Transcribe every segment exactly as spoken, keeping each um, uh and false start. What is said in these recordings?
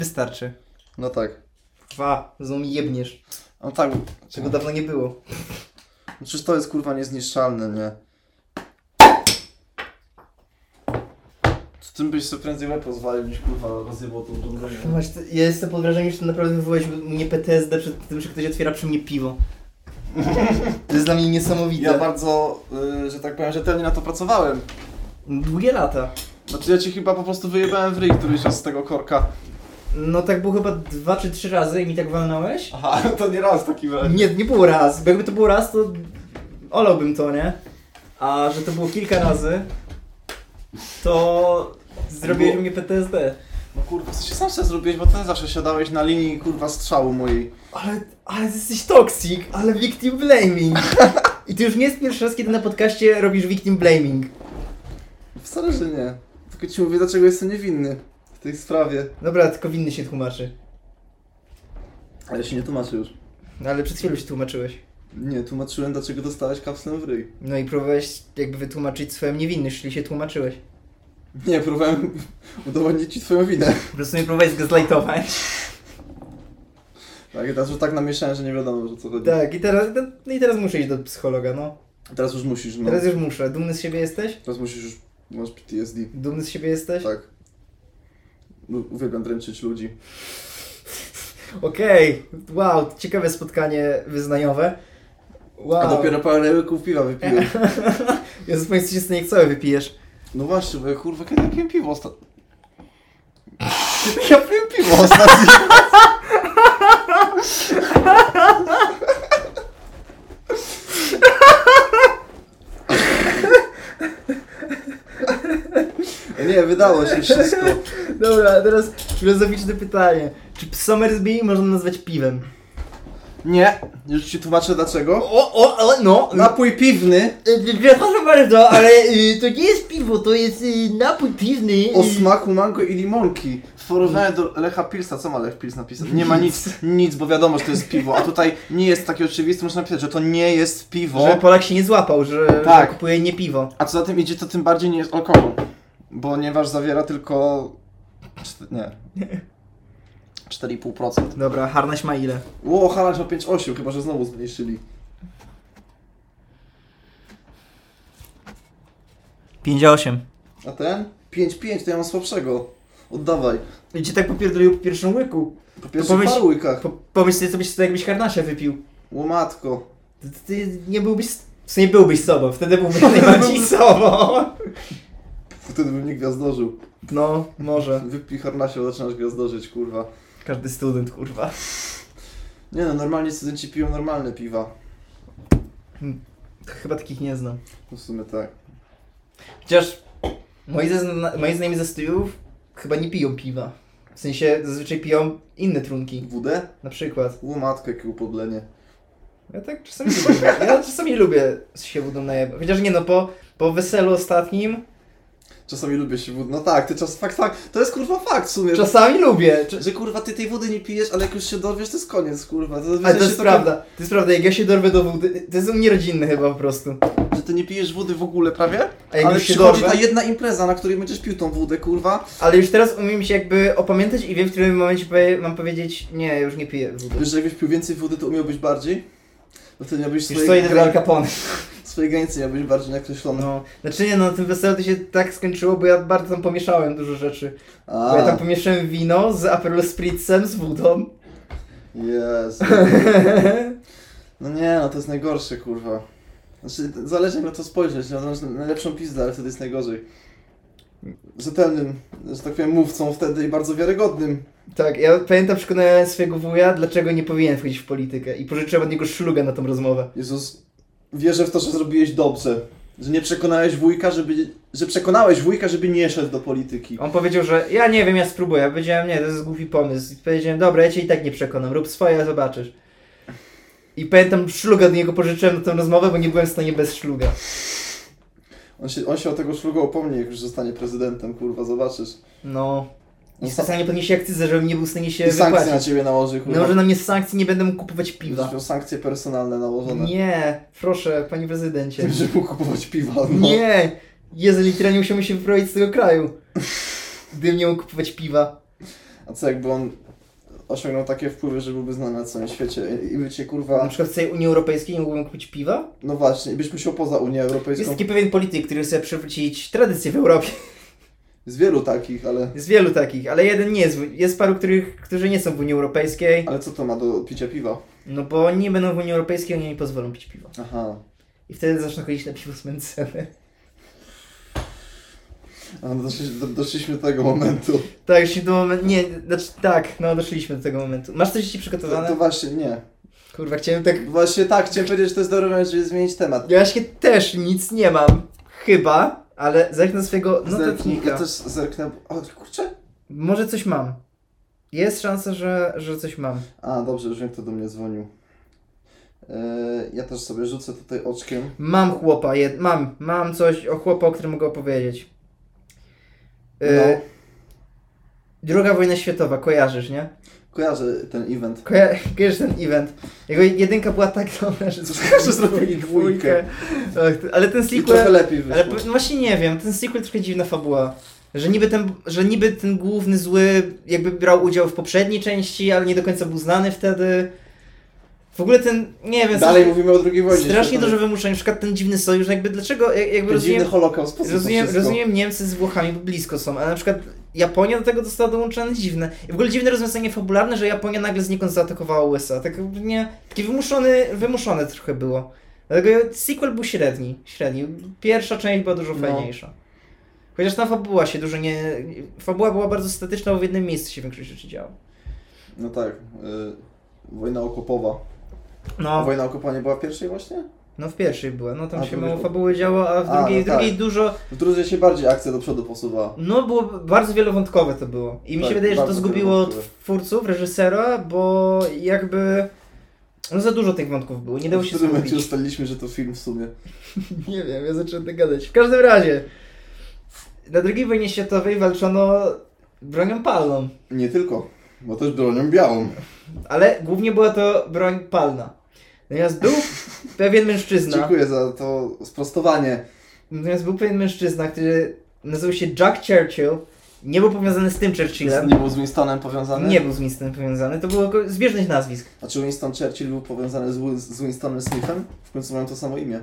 Wystarczy. No tak. Dwa, znowu mi jebniesz. No tak. Czego dawno nie było. No przecież to jest kurwa niezniszczalne, nie? Z tym byś sobie prędzej łeb pozwalił niż kurwa rozjebał tą urządzenie. Masz, ja jestem pod wrażeniem, że to naprawdę wywołałeś mnie P T S D przed tym, że ktoś otwiera przy mnie piwo. To jest dla mnie niesamowite. Ja bardzo, y, że tak powiem, rzetelnie na to pracowałem. Długie lata. Znaczy ja ci chyba po prostu wyjebałem w ryj któryś raz z tego korka. No tak było chyba dwa czy trzy razy i mi tak walnąłeś. Aha, to nie raz taki weź. Nie, nie było raz, bo jakby to było raz, to olałbym to, nie? A że to było kilka razy, to zrobiłeś Było- mnie P T S D. No kurwa, co się sam sobie zrobiłeś, bo ty zawsze siadałeś na linii kurwa strzału mojej. Ale, ale ty jesteś toxic, ale victim blaming. I to już nie jest pierwszy raz, kiedy na podcaście robisz victim blaming. Wcale, że nie. Tylko ci mówię, dlaczego jestem niewinny w tej sprawie. Dobra, tylko winny się tłumaczy. Ale się nie tłumaczę już. No ale przed chwilą się tłumaczyłeś. Nie, tłumaczyłem, dlaczego dostałeś kapslem w ryj. No i próbowałeś jakby wytłumaczyć swoją niewinność, czyli się tłumaczyłeś. Nie, próbowałem udowodnić ci twoją winę. Po prostu mnie próbowałeś zgazlightować. Tak, i teraz już tak namieszałem, że nie wiadomo, o co chodzi. Tak, i teraz, no i teraz muszę iść do psychologa, no. Teraz już musisz, no. Teraz już muszę. Dumny z siebie jesteś? Teraz musisz już, masz P T S D. Dumny z siebie jesteś? Tak. U- Uwielbiam dręczyć ludzi. Okej, okay. Wow, ciekawe spotkanie wyznaniowe. Wow. A dopiero parę łyków piwa wypiłem. Jezus, Państwo się stanie, jak całe wypijesz. No właśnie, bo ja kurwa, kiedy ja piłem piwo ostatnio? Kiedy ja piłem piwo ostatnio? Nie, wydało się wszystko. Dobra, teraz filozoficzne pytanie. Czy Somersby można nazwać piwem? Nie, już ci tłumaczę dlaczego. O, o, o, no. Napój piwny Przepraszam bardzo, ale y, to nie jest piwo, to jest y, napój piwny. Y. o smaku mango i limonki. W porównaniu do Lecha Pilsa, co ma Lech Pils napisać? Nie ma nic, nic, bo wiadomo, że to jest piwo. A tutaj nie jest takie oczywiste, można napisać, że to nie jest piwo. Że Polak się nie złapał, że, Tak. że kupuje nie piwo. A co za tym idzie, to tym bardziej nie jest alkohol. Ponieważ zawiera tylko... Czte... Nie. cztery i pół procent. Dobra, Harnaś ma ile? Ło, Halaś ma pięć osiem, chyba że znowu zmniejszyli. pięć osiem. A ten? pięć pięć, to ja mam słabszego. Oddawaj. I cię tak popierdolił po pierwszym łyku. Po pierwszych pomyśl- paru łykach. Po, pomyśl sobie, co byś to jakbyś Harnasia wypił. Łomatko. Ty, ty nie byłbyś... W sumie byłbyś sobą, wtedy byłbyś najbardziej sobą. Wtedy bym nie gwiazdorzył. No, może. Wypij harnasia, zaczynasz gwiazdorzyć, kurwa. Każdy student, kurwa. Nie no, normalnie studenci piją normalne piwa. Chyba takich nie znam. No w sumie tak. Chociaż moi, zazna- moi znajomi ze studiów chyba nie piją piwa. W sensie zazwyczaj piją inne trunki. Wódę? Na przykład. Łomatko, jakie upodlenie. Ja tak czasami lubię. Ja czasami lubię się wódą najebać. Chociaż nie no, po, po weselu ostatnim Czasami lubię się wód... No tak, ty czas... Fakt, fakt. To jest kurwa fakt w sumie. czasami lubię. Że, że kurwa ty tej wody nie pijesz, ale jak już się dorwiesz, to jest koniec, kurwa. To, Ale to się jest to- prawda. To jest prawda, jak ja się dorwę do wody, to jest u mnie rodzinne chyba po prostu. Że ty nie pijesz wody w ogóle prawie? A jak Ale już się przychodzi dorwę, ta jedna impreza, na której będziesz pił tą wódę, kurwa. ale już teraz umiem się jakby opamiętać i wiem, w którym momencie powie, mam powiedzieć, nie, już nie piję wody. Wiesz, że jakbyś pił więcej wody, to umiałbyś bardziej? Bo wtedy miałbyś Już co, swoje, idę do Al Capone. swoje granice miałbyś bardziej nakreślone. No, znaczy nie no, na tym weselu to się tak skończyło, bo ja bardzo tam pomieszałem dużo rzeczy. Bo ja tam A, pomieszałem wino z Aperol Spritzem, z wodą. jest. No nie, no to jest najgorsze, kurwa. Znaczy, zależy jak na to spojrzeć, no, masz najlepszą pizdę, ale wtedy jest najgorzej. Rzetelnym, że tak powiem, mówcą wtedy i bardzo wiarygodnym. Tak, ja pamiętam, przekonałem swojego wuja, dlaczego nie powinien wchodzić w politykę i pożyczyłem od niego szlugę na tą rozmowę. Jezus, wierzę w to, że zrobiłeś dobrze. Że nie przekonałeś wujka, żeby... Że przekonałeś wujka, żeby nie szedł do polityki. On powiedział, że ja nie wiem, ja spróbuję. Ja powiedziałem, nie, to jest głupi pomysł. I powiedziałem, dobra, ja cię i tak nie przekonam, rób swoje, a zobaczysz. I pamiętam, szlugę od niego pożyczyłem na tę rozmowę, bo nie byłem w stanie bez szluga. On się, on się o tego szluga upomni, jak już zostanie prezydentem, kurwa, zobaczysz. No. I No, specjalnie podniesie akcyzę, żebym nie był w stanie się I sankcje na wypłacić. ciebie nałoży, kurwa. Nałoży na mnie sankcji, nie będę mógł kupować piwa. Będziesz miał sankcje personalne nałożone. Nie, proszę, panie prezydencie. Będziesz mógł kupować piwa, no. Nie! Jezu, literalnie musimy się wyprowadzić z tego kraju. Gdybym nie mógł kupować piwa. A co jakby on osiągnął takie wpływy, że byłby znany na całym świecie i by cię Na kurwa... przykład w całej Unii Europejskiej nie mógłbym kupić piwa? No właśnie, i byś musiał poza Unię Europejską. Jest taki pewien polityk, który chce przywrócić tradycję w Europie. Z wielu takich, ale... Jest wielu takich, ale jeden nie jest. Jest paru, których, którzy nie są w Unii Europejskiej. Ale co to ma do picia piwa? No bo oni nie będą w Unii Europejskiej, oni nie pozwolą pić piwa. Aha. I wtedy zaczną chodzić na piwo z Menceny. A no doszli, do, doszliśmy do tego momentu. Tak, już do momentu. Nie, znaczy tak, no doszliśmy do tego momentu. Masz coś ci przygotowane? To, to właśnie nie. Kurwa, chciałem tak. Właśnie tak, chciałem powiedzieć, że to jest dobry moment, żeby zmienić temat. Ja właśnie też nic nie mam. Chyba, ale zerknę swojego Zerknij, notatnika. ja też zerknę. O kurczę. Może coś mam. Jest szansa, że, że coś mam. A dobrze, już wiem, kto do mnie dzwonił. Yy, ja też sobie rzucę tutaj oczkiem. Mam chłopa, jed... mam, mam coś o chłopa, o którym mogę opowiedzieć. Yy, No. Druga wojna światowa, kojarzysz, nie? Kojarzę ten event. Koja- kojarzysz ten event. Jego jedynka była tak dobra, że Że zrobili dwójkę. Tak, ale ten I trochę sequel... lepiej wyszło. Ale po- no właśnie nie wiem, ten sequel trochę dziwna fabuła. Że niby, ten, że niby ten główny zły jakby brał udział w poprzedniej części, ale nie do końca był znany wtedy. W ogóle ten, nie wiem... Dalej strasznie- mówimy o drugiej wojnie Strasznie światowej. dużo wymuszeń, na przykład ten dziwny sojusz, jakby dlaczego, jak- jakby Ten rozumiem... dziwny holokaust, po co to Rozumiem, wszystko? rozumiem Niemcy z Włochami, bo blisko są, ale na przykład Japonia do tego została dołączona, dziwne. I w ogóle dziwne rozwiązanie fabularne, że Japonia nagle znikąd zaatakowała U S A. Tak nie, taki wymuszony, wymuszone trochę było. Dlatego sequel był średni, średni. Pierwsza część była dużo No. fajniejsza. Chociaż ta fabuła się dużo nie... Fabuła była bardzo statyczna, bo w jednym miejscu się większość rzeczy działo. No tak. Yy, wojna okopowa. A No, wojna okopowa nie była w pierwszej właśnie? no w pierwszej była, no tam A, się drugiej- mało fabuły działo, a w A, drugiej, no w drugiej tak. dużo... W drugiej się bardziej akcja do przodu posuwała. No, było bardzo wielowątkowe to było. I mi Tak, się wydaje, że to bardzo zgubiło wielowątkowe. twórców, reżysera, bo jakby... No za dużo tych wątków było, nie dało w się którym momencie skupić. ustaliliśmy, że to film w sumie. Nie wiem, ja zacząłem tak gadać. W każdym razie, na drugiej wojnie światowej walczono bronią palną, Nie tylko, bo też bronią białą. ale głównie była to broń palna. Natomiast był pewien mężczyzna, Dziękuję za to sprostowanie. natomiast był pewien mężczyzna, który nazywał się Jack Churchill, nie był powiązany z tym Churchillem, Nie był z Winstonem powiązany? nie był z Winstonem powiązany, to było tylko zbieżność nazwisk. A czy Winston Churchill był powiązany z, Wi- z Winstonem Smithem? W końcu mają to samo imię.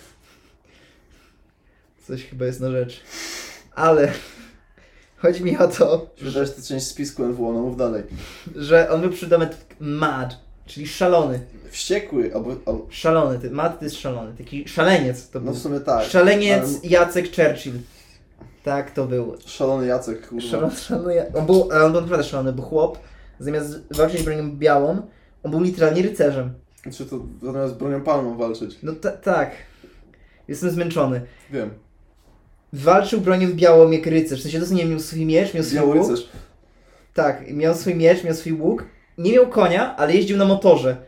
Coś chyba jest na rzecz. Ale chodzi mi o to, Wydaje się, to część spisku N W O, no mów dalej. że on był przydomek mad, czyli szalony. Wściekły, albo... albo Szalony, ty, mad to jest szalony, taki szaleniec to no był. w sumie tak. Szaleniec ale- Jacek Churchill. Tak to był. Szalony Jacek, kurwa. Szalony, szalony, Ja- on był, ale on był naprawdę szalony, był chłop. Zamiast walczyć bronią białą, on był literalnie rycerzem. Czy to zamiast bronią palną walczyć? No ta, tak. Jestem zmęczony. Wiem. Walczył bronią białą jak rycerz. W sensie dosłownie miał swój miecz, miał swój Biały łuk. rycerz. Tak, miał swój miecz, miał swój łuk. Nie miał konia, ale jeździł na motorze.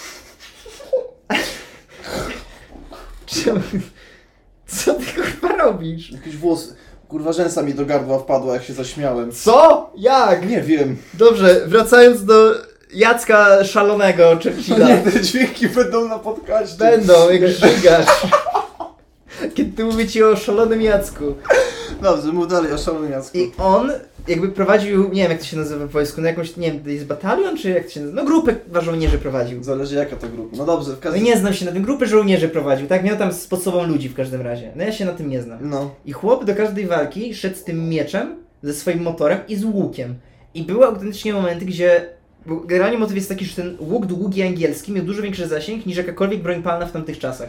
Czemu? Co ty kurwa robisz? Jakiś włos... Kurwa, rzęsa mi do gardła wpadła, jak się zaśmiałem. Co? Jak? Nie wiem. Dobrze, wracając do Jacka szalonego Churchilla. Nie, te dźwięki będą na podcaście. Będą, jak żygasz. Kiedy ty mówię ci o szalonym Jacku. Dobrze, mów dalej o szalonym Jacku. I on jakby prowadził, nie wiem jak to się nazywa w wojsku, no jakąś, nie wiem, to jest batalion, czy jak to się nazywa? No grupę żołnierzy prowadził. Zależy jaka to grupa. No dobrze, w No każdym... nie znam się na tym, grupę żołnierzy prowadził, tak? Miał tam pod sobą ludzi w każdym razie. No ja się na tym nie znam. No. I chłop do każdej walki szedł z tym mieczem, ze swoim motorem i z łukiem. I były autentycznie momenty, gdzie... Bo generalnie motyw jest taki, że ten łuk długi angielski miał dużo większy zasięg niż jakakolwiek broń palna w tamtych czasach.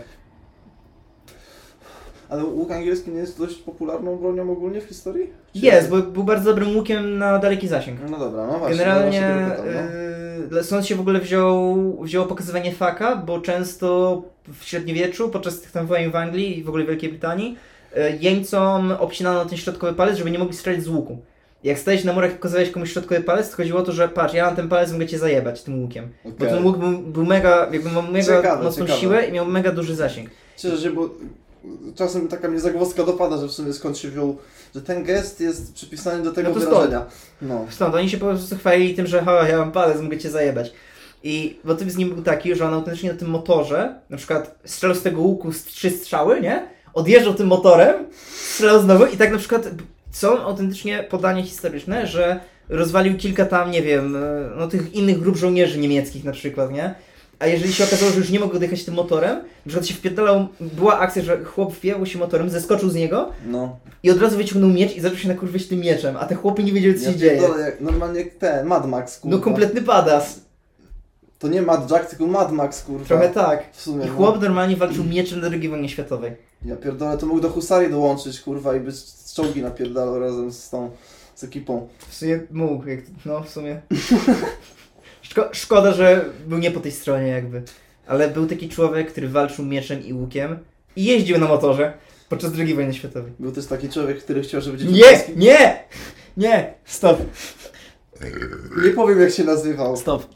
Ale łuk angielski nie jest dość popularną bronią ogólnie w historii? Czy- Jest, bo był bardzo dobrym łukiem na daleki zasięg. No dobra, no właśnie. Generalnie no właśnie tego pytam, yy, stąd się w ogóle wziął, wzięło pokazywanie faka, bo często w średniowieczu, podczas tych tam wojen w Anglii i w ogóle w Wielkiej Brytanii, yy, jeńcom obcinano ten środkowy palec, żeby nie mogli strzelać z łuku. Jak stałeś na murach i pokazywałeś komuś środkowy palec, to chodziło o to, że patrz, ja mam ten palec, mogę cię zajebać tym łukiem. no. Bo Okej. ten łuk był, był mega, jakby miał mega Ciekawe, mocną ciekawe. siłę i miał mega duży zasięg. Cieszę się, bo czasem taka mnie zagwozdka dopada, że w sumie skąd się wziął, że ten gest jest przypisany do tego No to wyrażenia. No. Stąd oni się po prostu chwalili tym, że ha, ja mam palec, mogę cię zajebać. I motyw z nim był taki, że on autentycznie na tym motorze, na przykład strzelał z tego łuku z trzy strzały, nie? Odjeżdżał tym motorem, strzelał znowu i tak na przykład są autentycznie podania historyczne, że rozwalił kilka tam, nie wiem, no tych innych grup żołnierzy niemieckich na przykład, nie? A jeżeli się okazało, że już nie mogł dojechać tym motorem, na przykład się wpierdalał, była akcja, że chłop wjechał się motorem, zeskoczył z niego no. i od razu wyciągnął miecz i zaczął się nakurwiać tym mieczem, a te chłopy nie wiedziały, co Ja się dzieje. pierdolę, jak, normalnie jak ten, Mad Max, kurwa. No kompletny badass. To nie Mad Jack, tylko Mad Max, kurwa. Trochę tak. W sumie, I no. chłop normalnie walczył mieczem na drugiej wojnie światowej. Ja pierdolę, to mógł do husarii dołączyć, kurwa, i by z czołgi napierdalał razem z tą, z ekipą. W sumie mógł, jak, no w sumie. Szko szkoda, że był nie po tej stronie jakby. Ale był taki człowiek, który walczył mieczem i łukiem i jeździł na motorze podczas drugiej wojny światowej. Był też taki człowiek, który chciał, żeby dzieci... Nie! Nie! Nie! Stop! Nie powiem, jak się nazywał. Stop.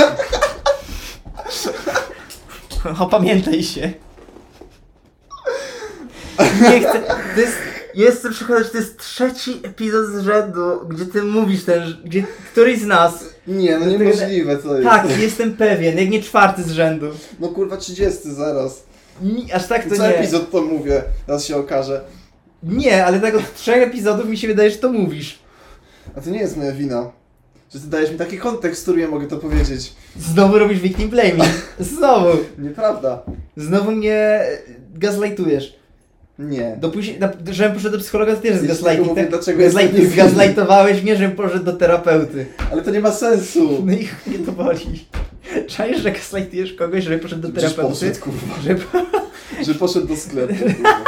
Opamiętaj się. Nie chcę. To jest. Jestem przekonany, że to jest trzeci epizod z rzędu, gdzie ty mówisz ten. Gdzie któryś z nas. Nie, no niemożliwe to jest. Tak, jestem pewien, jak nie czwarty z rzędu. No kurwa, trzydziesty zaraz. Nie, aż tak to Co nie. epizod to mówię, teraz się okaże. Nie, ale tak od trzech epizodów mi się wydaje, że to mówisz. A to nie jest moja wina. Że ty dajesz mi taki kontekst, w którym ja mogę to powiedzieć. Znowu robisz victim blaming. Znowu. Nieprawda. Znowu mnie gaslightujesz. Nie. Dopóźniej, na, żebym poszedł do psychologa, to też jest Jeśli gaslighting. mówię, Tak? dlaczego Gaslight, jestem zgaslightowałeś mnie, żebym poszedł do terapeuty. Ale to nie ma sensu. No i mnie to boli. Czaisz, że gaslightujesz kogoś, żeby poszedł do Gdzieś terapeuty? poszedł, kurwa. Żeby... Że poszedł do sklepu, kurwa.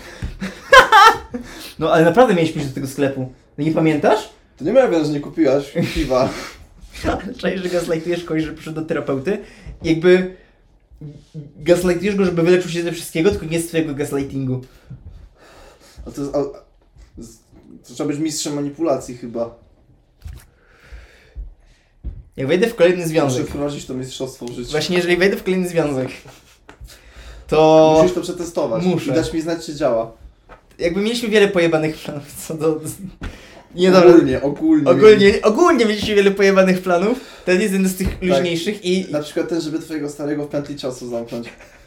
No ale naprawdę mieliśmy iść do tego sklepu. No nie pamiętasz? To nie moja wina, że nie kupiłaś piwa. Czaisz, że gaslightujesz kogoś, żeby poszedł do terapeuty? Jakby... Gaslightujesz go, żeby wyleczył się ze wszystkiego, tylko nie z twojego gaslightingu. A to jest... A, z- to trzeba być mistrzem manipulacji chyba. Jak wejdę w kolejny Muszę związek, wprowadzić to mistrzostwo w życiu. właśnie jeżeli wejdę w kolejny związek, to... Musisz to przetestować. Muszę. I dać mi znać, czy działa. Jakby mieliśmy wiele pojebanych planów co do... Nie dobra. Ogólnie, ogólnie. Ogólnie, ogólnie mieliśmy wiele pojebanych planów. Ten jest jeden z tych luźniejszych i Na przykład ten, żeby twojego starego w pętli czasu zamknąć.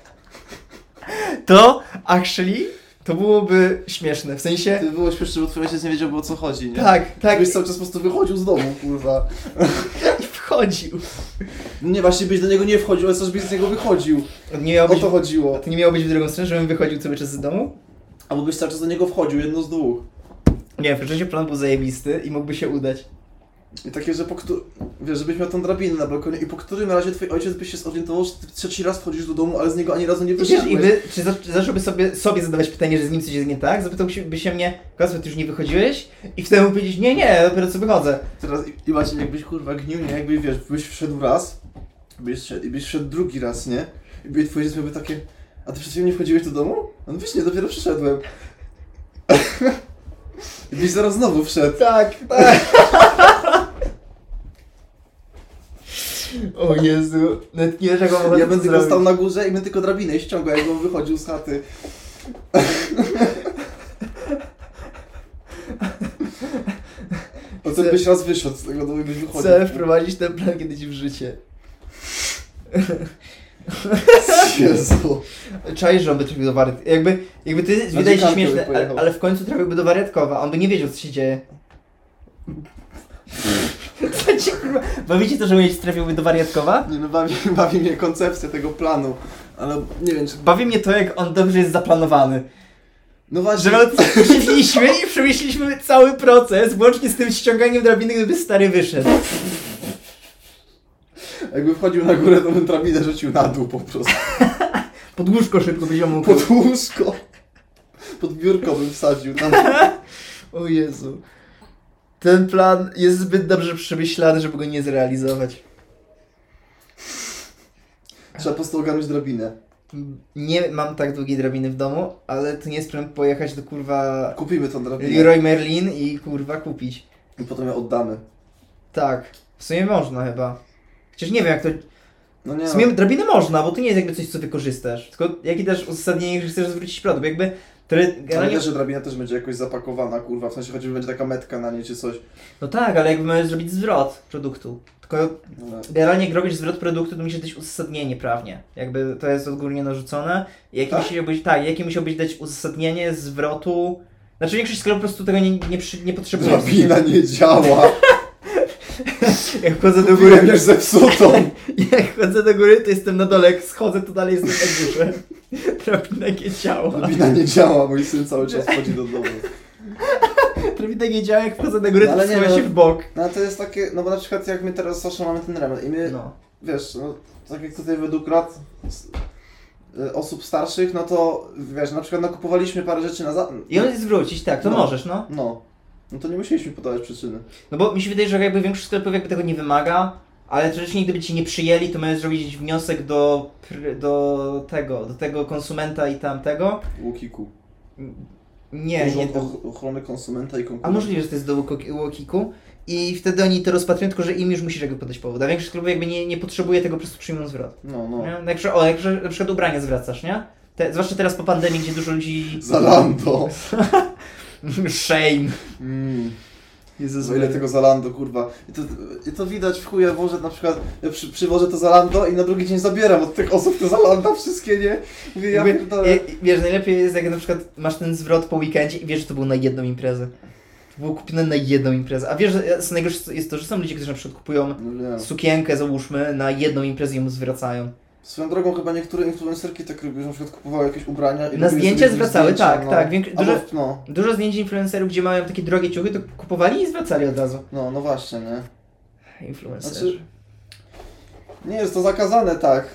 to actually to byłoby śmieszne. W sensie... Ty było śmieszne, bo twój ojciec nie wiedział, o co chodzi, nie? Tak, tak. Byś cały czas po prostu wychodził z domu, kurwa. I wchodził. Nie, właśnie byś do niego nie wchodził, ale też byś z niego wychodził. To nie miało O być, to chodziło. to nie miało być w drugą stronę, żebym wychodził cały czas z domu? Albo byś cały czas do niego wchodził, jedno z dwóch. Nie, w razie plan był zajebisty i mógłby się udać. I takie, że po którym... Wiesz, żebyś miał tą drabinę na balkonie i po którym razie twój ojciec by się zorientował, że ty trzeci raz wchodzisz do domu, ale z niego ani razu nie I wiesz, wyszedłeś. i wy, czy za- czy zacząłby sobie, sobie zadawać pytanie, że z nim coś jest nie tak? Zapytał się, by się mnie, Kacper, ty już nie wychodziłeś? I wtedy mu powiedzieć, nie, nie, dopiero co wychodzę. Teraz i, i właśnie jakbyś kurwa gnił, nie? Jakby wiesz, byś wszedł raz, byś wszedł, i byś wszedł drugi raz, nie? I by twój ojciec miałby takie, a ty przed chwilą nie wchodziłeś do domu? On wiesz, nie, dopiero przyszedłem. I byś zaraz znowu wszedł. Tak, tak. O Jezu, nawet nie wiesz jak mam Ja będę go stał na górze i będę tylko drabinę ściągał, jak on wychodził z chaty. Potem byś raz wyszedł z tego domu i byś wychodził. Chcę wprowadzić ten plan kiedyś w życie. Jezu. Czaisz, że on by trafił do wariat... Jakby, jakby ty wydaje się dziekankę śmieszne, by pojechał. ale, ale w końcu trafiłby do wariatkowa, on by nie wiedział, co się dzieje. Co ci kurwa... Bawicie to, że ojciec trafiłby do wariatkowa? Nie no, bawi, bawi mnie koncepcja tego planu, ale nie wiem czy... Bawi mnie to, jak on dobrze jest zaplanowany. No właśnie... Że my siedliśmy i przemyśleliśmy cały proces, włącznie z tym ściąganiem drabiny, gdyby stary wyszedł. Jakby wchodził na górę, to bym drabinę rzucił na dół po prostu. Pod łóżko szybko byś ją mógł. Pod łóżko. Pod biurko bym wsadził. Tam... O Jezu. Ten plan jest zbyt dobrze przemyślany, żeby go nie zrealizować. Trzeba po prostu ogarnąć drabinę. Nie mam tak długiej drabiny w domu, ale to nie jest problem pojechać do kurwa Kupimy tą drabinę Leroy Merlin i kurwa kupić. i potem ją oddamy. Tak. W sumie można chyba. Chociaż nie wiem jak to... No nie W sumie no. drabinę można, bo to nie jest jakby coś, co wykorzystasz. Tylko jakie też uzasadnienie, że chcesz zwrócić produkt. Jakby... To Ale generalnie... też, że drabina też będzie jakoś zapakowana, kurwa, w sensie chodzi, że będzie taka metka na niej czy coś. No tak, ale jakby możesz zrobić zwrot produktu. Tylko Ale... generalnie jak robisz zwrot produktu, to musi dać uzasadnienie prawnie. Jakby to jest odgórnie narzucone. I jakie Tak? musiałbyś, tak, jakie musiałbyś dać uzasadnienie zwrotu... Znaczy większość sklepów po prostu tego nie, nie, przy, nie potrzebuje. Drabina nie działa. Jak wchodzę do góry... Kupiłem już zepsutą. Jak chodzę do góry, to jestem na dole, jak schodzę, to dalej jestem na górze. Drabina nie działa. Drabina nie działa, mój syn cały czas chodzi do domu. Drabina nie działa, jak wchodzę na górę, No, to ale nie, schowam no. się w bok. No to jest takie, no bo na przykład jak my teraz z Saszą mamy ten remont i my, No. wiesz, no tak jak tutaj według rad s- y, osób starszych, no to wiesz, na przykład nakupowaliśmy parę rzeczy na za... I on zwrócić, tak, to No. możesz, no. No. No to nie musieliśmy podawać przyczyny. No bo mi się wydaje, że jakby większość sklepów jakby tego nie wymaga, ale wcześniej gdyby ci nie przyjęli, to możesz zrobić wniosek do, pr- do tego, do tego konsumenta i tamtego. Łukiku. Nie, nie Urząd do... Och- Ochrony Konsumenta i A Konkurencji. możliwe, że to jest do Łokiku i wtedy oni to rozpatrują, tylko że im już musisz jakby podać powód. A większość sklepów jakby nie, nie potrzebuje tego, po prostu przyjmują zwrot. No, no. Nie? Jak, że- o, jak że na przykład ubrania zwracasz, nie? Te, zwłaszcza teraz po pandemii, gdzie dużo ludzi... Zalando. Shame. Mm. Jezus, Za ile tego Zalando, kurwa. I to, i to widać w chuj, ja wożę na przykład, ja przy, przywożę to Zalando i na drugi dzień zabieram od tych osób te Zalanda wszystkie, nie? Mówię, ja Jakby, pierdolę. je- wiesz, najlepiej jest jak na przykład masz ten zwrot po weekendzie i wiesz, że to było na jedną imprezę. To było kupione na jedną imprezę. A wiesz, że co najgorsze jest to, że są ludzie, którzy na przykład kupują No wiem. sukienkę, załóżmy, na jedną imprezę i mu zwracają. Swoją drogą chyba niektóre influencerki tak robią, że na przykład kupowały jakieś ubrania i Na robiły zdjęcia sobie z nich zwracały, zdjęcia, tak, no. tak. Więk- Albo, dużo, w- no, dużo zdjęć influencerów, gdzie mają takie drogie ciuchy, to kupowali i zwracali od razu. no, no właśnie, nie? Influencerzy. Znaczy- Nie jest to zakazane, tak.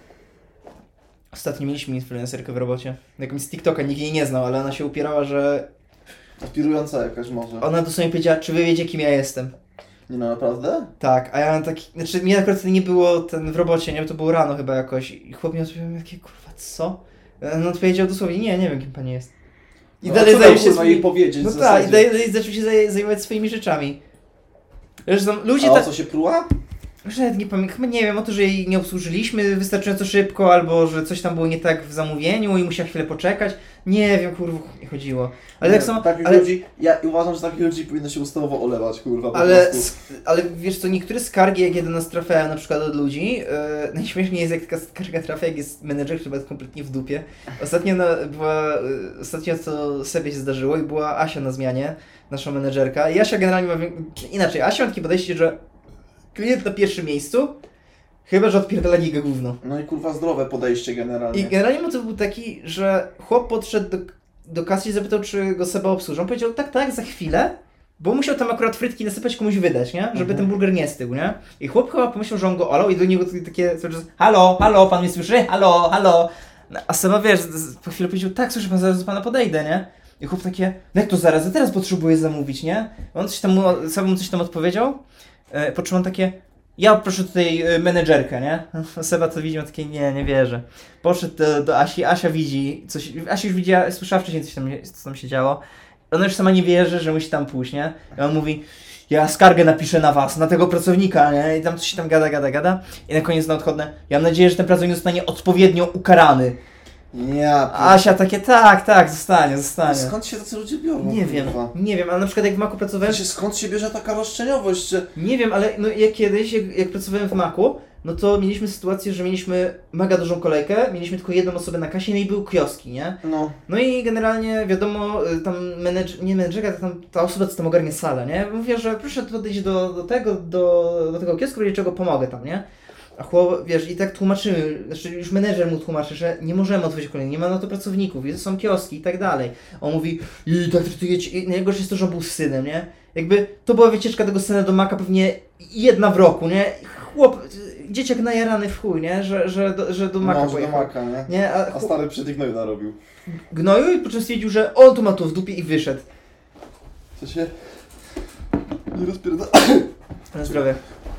Ostatnio mieliśmy influencerkę w robocie. Jakąś z TikToka, nikt jej nie znał, ale ona się upierała, że Aspirująca jakaś może. ona dosłownie powiedziała, czy wy wiecie, kim ja jestem. Nie no, naprawdę? Tak, a ja mam taki, znaczy mnie akurat wtedy nie było ten w robocie, nie, to było rano chyba jakoś i chłop mi odpowiedział, jakie kurwa, co? On odpowiedział dosłownie, nie, nie wiem kim pani jest. I No, dalej a co zajął miał, się kurwa, swoimi- jej powiedzieć No w tak, i zasadzie? dalej zaczął się zaj- zajmować swoimi rzeczami. Zresztą ludzie A o tak, co się pruła? że nawet nie pamiętam, chyba nie wiem, o to, że jej nie obsłużyliśmy wystarczająco szybko, albo że coś tam było nie tak w zamówieniu i musiała chwilę poczekać. Nie wiem, kurwa, nie chodziło. Ale Nie, tak samo, takich ale, ludzi, ja uważam, że takich ludzi powinno się ustawowo olewać, kurwa, po ale, prostu. sk- ale wiesz co, niektóre skargi, jak do nas trafiają na przykład od ludzi, yy, najśmieszniej jest, jak taka skarga trafia, jak jest menedżer, który jest kompletnie w dupie. Ostatnio na, była, yy, ostatnio co sobie się zdarzyło i była Asia na zmianie, nasza menedżerka. I Asia generalnie ma, wię- inaczej, Asia ma takie podejście, że klient na pierwszym miejscu, chyba że odpierdala giga gówno. No i kurwa zdrowe podejście generalnie. I generalnie motyw był taki, że chłop podszedł do, do kasy i zapytał, czy go Seba obsłużą. Powiedział, tak, tak, za chwilę, bo musiał tam akurat frytki nasypać, komuś wydać, nie? Żeby Mhm. ten burger nie stygł, nie? I chłop chyba pomyślał, że on go olał i do niego takie cały czas, halo, halo, pan mnie słyszy? Halo, halo. No, a Seba, wiesz, z- po chwili powiedział, tak, słyszę, pan, zaraz do pana podejdę, nie? I chłop takie, no jak to zaraz, ja teraz potrzebuję zamówić, nie? On coś tam, mu- Seba mu coś tam odpowiedział, e, po czym on takie, ja proszę tutaj y, menedżerkę, nie? Seba to widzi, on takie, nie, nie wierzę. Poszedł do, do Asi, Asia widzi, coś, Asia już widziała, słyszała wcześniej, coś tam, co tam się działo. Ona już sama nie wierzy, że musi tam pójść, nie? I on mówi, ja skargę napiszę na was, na tego pracownika, nie? I tam coś tam gada, gada, gada. I na koniec na odchodne, ja mam nadzieję, że ten pracownik zostanie odpowiednio ukarany. Ja, A Asia takie, tak, tak, zostanie, zostanie. skąd się tacy ludzie biorą? Nie wiem, kurwa? nie wiem, ale na przykład jak w Macu pracowałem, Znaczy, skąd się bierze taka roszczeniowość, że... nie wiem, ale no jak kiedyś, jak, jak pracowałem w Macu, no to mieliśmy sytuację, że mieliśmy mega dużą kolejkę, mieliśmy tylko jedną osobę na kasie, no i były kioski, nie? No, No i generalnie wiadomo, y, tam menedż, nie menedżerka, to tam ta osoba, co tam ogarnia salę, nie? Mówię, że proszę podejść do, do tego, do, do tego kiosku, w razie czego pomogę tam, nie? A chłop, wiesz, i tak tłumaczymy, znaczy już menedżer mu tłumaczy, że nie możemy otworzyć kolejnej, nie ma na to pracowników, jest, są kioski i tak dalej. On mówi, i tak traktujecie, i najgorsze jest to, że on był synem, nie? Jakby to była wycieczka tego syna do Maka pewnie jedna w roku, nie? Chłop, dzieciak najarany w chuj, nie? Że, że, do, że do Maka no, że do pojechał. maka, nie? Nie, a, A chłop, stary przedygnoju narobił. gnoju i po czym stwierdził, że on tu ma to w dupie i wyszedł. Co się... Nie rozpierda... Na zdrowie.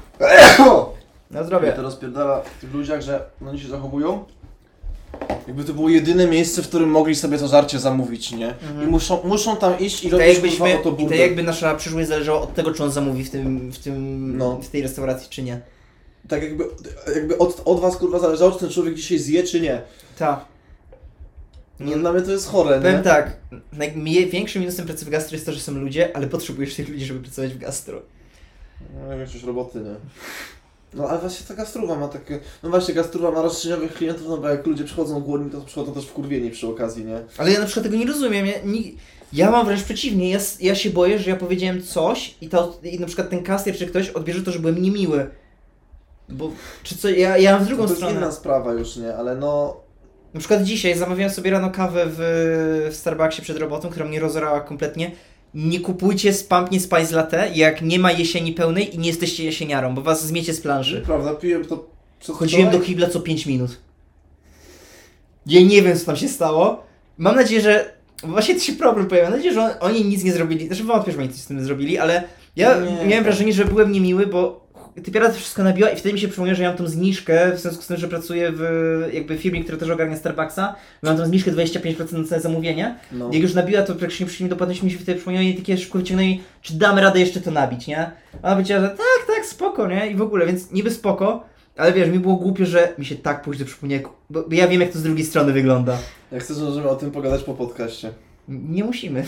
Na Mnie zdrowie. to rozpierdala w tych ludziach, że oni się zachowują, jakby to było jedyne miejsce, w którym mogli sobie to żarcie zamówić, nie? Mhm. I muszą, muszą tam iść i I tak robić jakbyśmy, kurwa o to i tak burdę. jakby nasza przyszłość zależała od tego, czy on zamówi w tym, w tym, No. w tej restauracji, czy nie. Tak jakby, jakby od, od was kurwa zależało, czy ten człowiek dzisiaj zje, czy nie. Tak. Nie, dla mnie to jest chore, Powiem nie? tak, największym minusem pracy w gastro jest to, że są ludzie, ale potrzebujesz tych ludzi, żeby pracować w gastro. No, większość roboty, nie? No ale właśnie ta Gastruwa ma takie... No właśnie, Gastruwa ma roszczeniowych klientów, no bo jak ludzie przychodzą głodni, to przychodzą też wkurwieni przy okazji, nie? Ale ja na przykład tego nie rozumiem. Ja, nie, ja mam wręcz przeciwnie. Ja, ja się boję, że ja powiedziałem coś i, to, i na przykład ten kasjer czy ktoś odbierze to, że byłem niemiły. Bo, czy co, ja, ja mam w drugą to stronę. To jest inna sprawa już, nie? Ale no... Na przykład dzisiaj zamawiałem sobie rano kawę w, w Starbucksie przed robotą, która mnie rozorała kompletnie. Nie kupujcie z Pumpkin Spice Latte, jak nie ma jesieni pełnej i nie jesteście jesieniarą, bo was zmiecie z planszy. Prawda, piłem to... Chodziłem do kibla co pięć minut. Ja nie wiem, co tam się stało. Mam nadzieję, że... Właśnie to się problem pojawił. Mam nadzieję, że on, oni nic nie zrobili. Znaczy wątpię, że oni coś z tym zrobili, ale ja nie, miałem tak. wrażenie, że byłem niemiły, bo typiara to wszystko nabiła i wtedy mi się przypomniało, że ja mam tą zniżkę, w związku z tym, że pracuję w jakby firmie, która też ogarnia Starbucksa. Mam tą zniżkę dwadzieścia pięć procent na całe zamówienie. No. Jak już nabiła, to praktycznie przyszli mi do płatności, mi się wtedy przypomniało i takie szybko wyciągnęli, czy damy radę jeszcze to nabić, nie? A ona powiedziała, że tak, tak, spoko, nie? I w ogóle, więc niby spoko. Ale wiesz, mi było głupio, że mi się tak później przypomniało, bo ja wiem, jak to z drugiej strony wygląda. Jak chcesz, możemy o tym pogadać po podcaście. Nie musimy.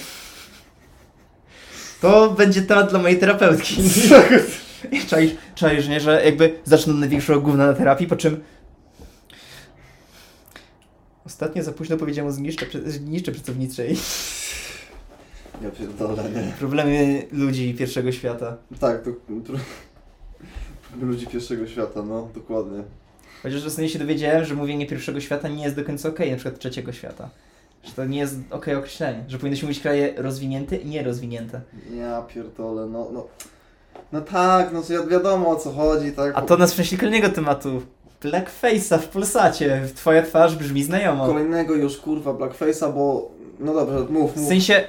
To będzie temat dla mojej terapeutki. Czaisz, czaisz, nie? Że jakby zacznę od największego gówna na terapii, po czym... Ostatnio za późno powiedziałem o zniszcze, zniszcze pracowniczej. Ja pierdolę, nie. Problemy ludzi pierwszego świata. Tak, to... Ludzi pierwszego świata, no, dokładnie. Chociaż ostatnio się dowiedziałem, że mówienie pierwszego świata nie jest do końca okej, okay, na przykład trzeciego świata. Że to nie jest okej okay określenie, że powinno się mówić kraje rozwinięte i nierozwinięte. Ja pierdolę, no, no... No tak, no wi- wiadomo o co chodzi, tak. A to nas przenieśli kolejnego tematu. Blackface'a w Polsacie. Twoja twarz brzmi znajomo. Kolejnego już, kurwa, blackface'a, bo... No dobrze, mów, mów. W sensie...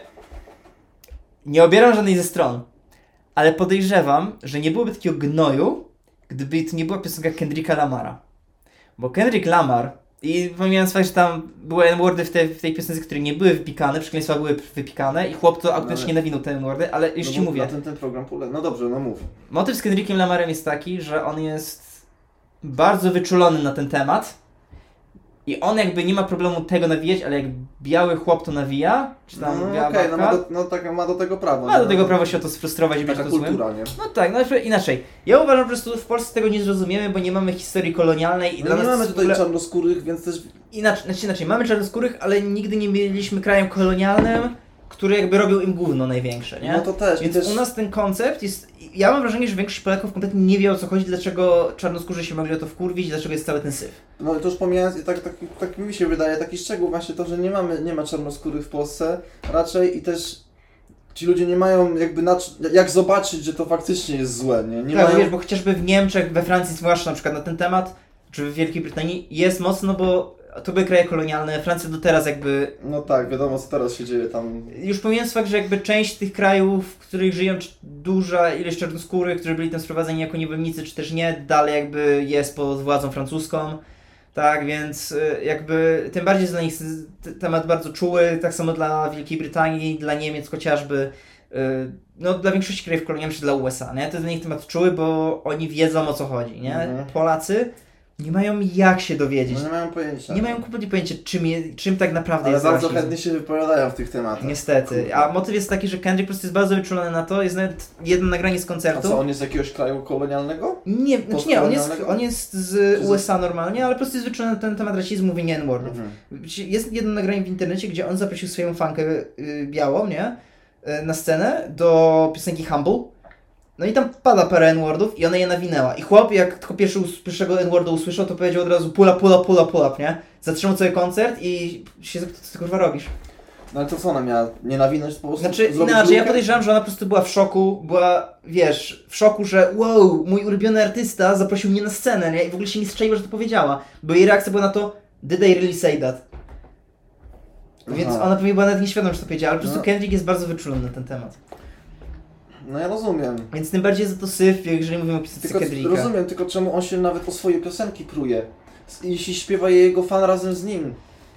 Nie obieram żadnej ze stron, ale podejrzewam, że nie byłoby takiego gnoju, gdyby to nie była piosenka Kendricka Lamara. Bo Kendrick Lamar, i pomijając fakt, że tam były N-wordy w, te, w tej piosence, które nie były wypikane, przekleństwa były wypikane i chłop to autentycznie no nawinął te N-wordy, ale już no ci mówię. Na ten, ten program polega. No dobrze, no mów. Motyw z Kendrickiem Lamarem jest taki, że on jest bardzo wyczulony na ten temat i on jakby nie ma problemu tego nawijać, ale jak biały chłop to nawija, czy tam no, biała okay, babka, no, ma do, no tak, ma do tego prawo. ma do no, tego no, prawo się o to sfrustrować i być to kultura, złym. Nie? No tak, no inaczej. Ja uważam, że po prostu w Polsce tego nie zrozumiemy, bo nie mamy historii kolonialnej i no dla nie nas mamy w tutaj ogóle... czarnoskórych, więc też... Inaczej, znaczy inaczej, mamy czarnoskórych, ale nigdy nie mieliśmy krajem kolonialnym, który jakby robił im gówno największe, nie? No to też. Więc też... u nas ten koncept jest... Ja mam wrażenie, że większość Polaków kompletnie nie wie o co chodzi, dlaczego czarnoskórzy się mogli o to wkurwić, dlaczego jest cały ten syf. No to już pomijając, i tak, tak, tak mi się wydaje, taki szczegół właśnie to, że nie mamy, nie ma czarnoskórych w Polsce raczej i też ci ludzie nie mają jakby na, jak zobaczyć, że to faktycznie jest złe, nie? nie tak, mają... wiesz, bo chociażby w Niemczech, we Francji zwłaszcza na przykład na ten temat, czy w Wielkiej Brytanii jest mocno, bo to były kraje kolonialne, Francja do teraz jakby... No tak, wiadomo co teraz się dzieje tam. Już pomijając fakt, że jakby część tych krajów, w których żyją duża ilość czarnoskórych, którzy byli tam sprowadzeni jako niewolnicy, czy też nie, dalej jakby jest pod władzą francuską. Tak, więc jakby tym bardziej jest dla nich temat bardzo czuły, tak samo dla Wielkiej Brytanii, dla Niemiec chociażby, no dla większości krajów kolonialnych, czy dla U S A, nie? To jest dla nich temat czuły, bo oni wiedzą o co chodzi, nie? Mhm. Polacy nie mają jak się dowiedzieć. No nie mają pojęcia. Nie mają kompletnie pojęcia, czym, je, czym tak naprawdę ale jest bardzo rasizm. chętnie się wypowiadają w tych tematach. Niestety. Kurde. A motyw jest taki, że Kendrick po prostu jest bardzo wyczulony na to. Jest nawet jedno nagranie z koncertu. A co, on jest z jakiegoś kraju kolonialnego? Nie, znaczy nie, on jest, on jest z U S A normalnie, ale po prostu jest wyczulony na ten temat rasizmu, mówienia N-wordów. Mhm. Jest jedno nagranie w internecie, gdzie on zaprosił swoją fankę yy, białą, nie? Yy, na scenę do piosenki Humble. No i tam pada parę N-wordów i ona je nawinęła. I chłop, jak tylko pierwszy, pierwszego N-worda usłyszał, to powiedział od razu pull up, pull up, pull up, pull up, nie? Zatrzymał cały koncert i się zapytał, co ty kurwa robisz? No ale to co ona miała? Nie nawinąć po prostu? Znaczy inaczej, ja podejrzewam, że ona po prostu była w szoku, była, wiesz, w szoku, że wow, mój ulubiony artysta zaprosił mnie na scenę, nie? I w ogóle się nie strzeliła, że to powiedziała. Bo jej reakcja była na to, did I really say that? Więc ona pewnie była nawet nieświadoma, że to powiedziała, ale po prostu no. Kendrick jest bardzo wyczulony na ten temat. No ja rozumiem. Więc tym bardziej za to syf, jeżeli mówimy o piosence Kendricka. Rozumiem, tylko czemu on się nawet o swoje piosenki pruje, jeśli śpiewa je jego fan razem z nim.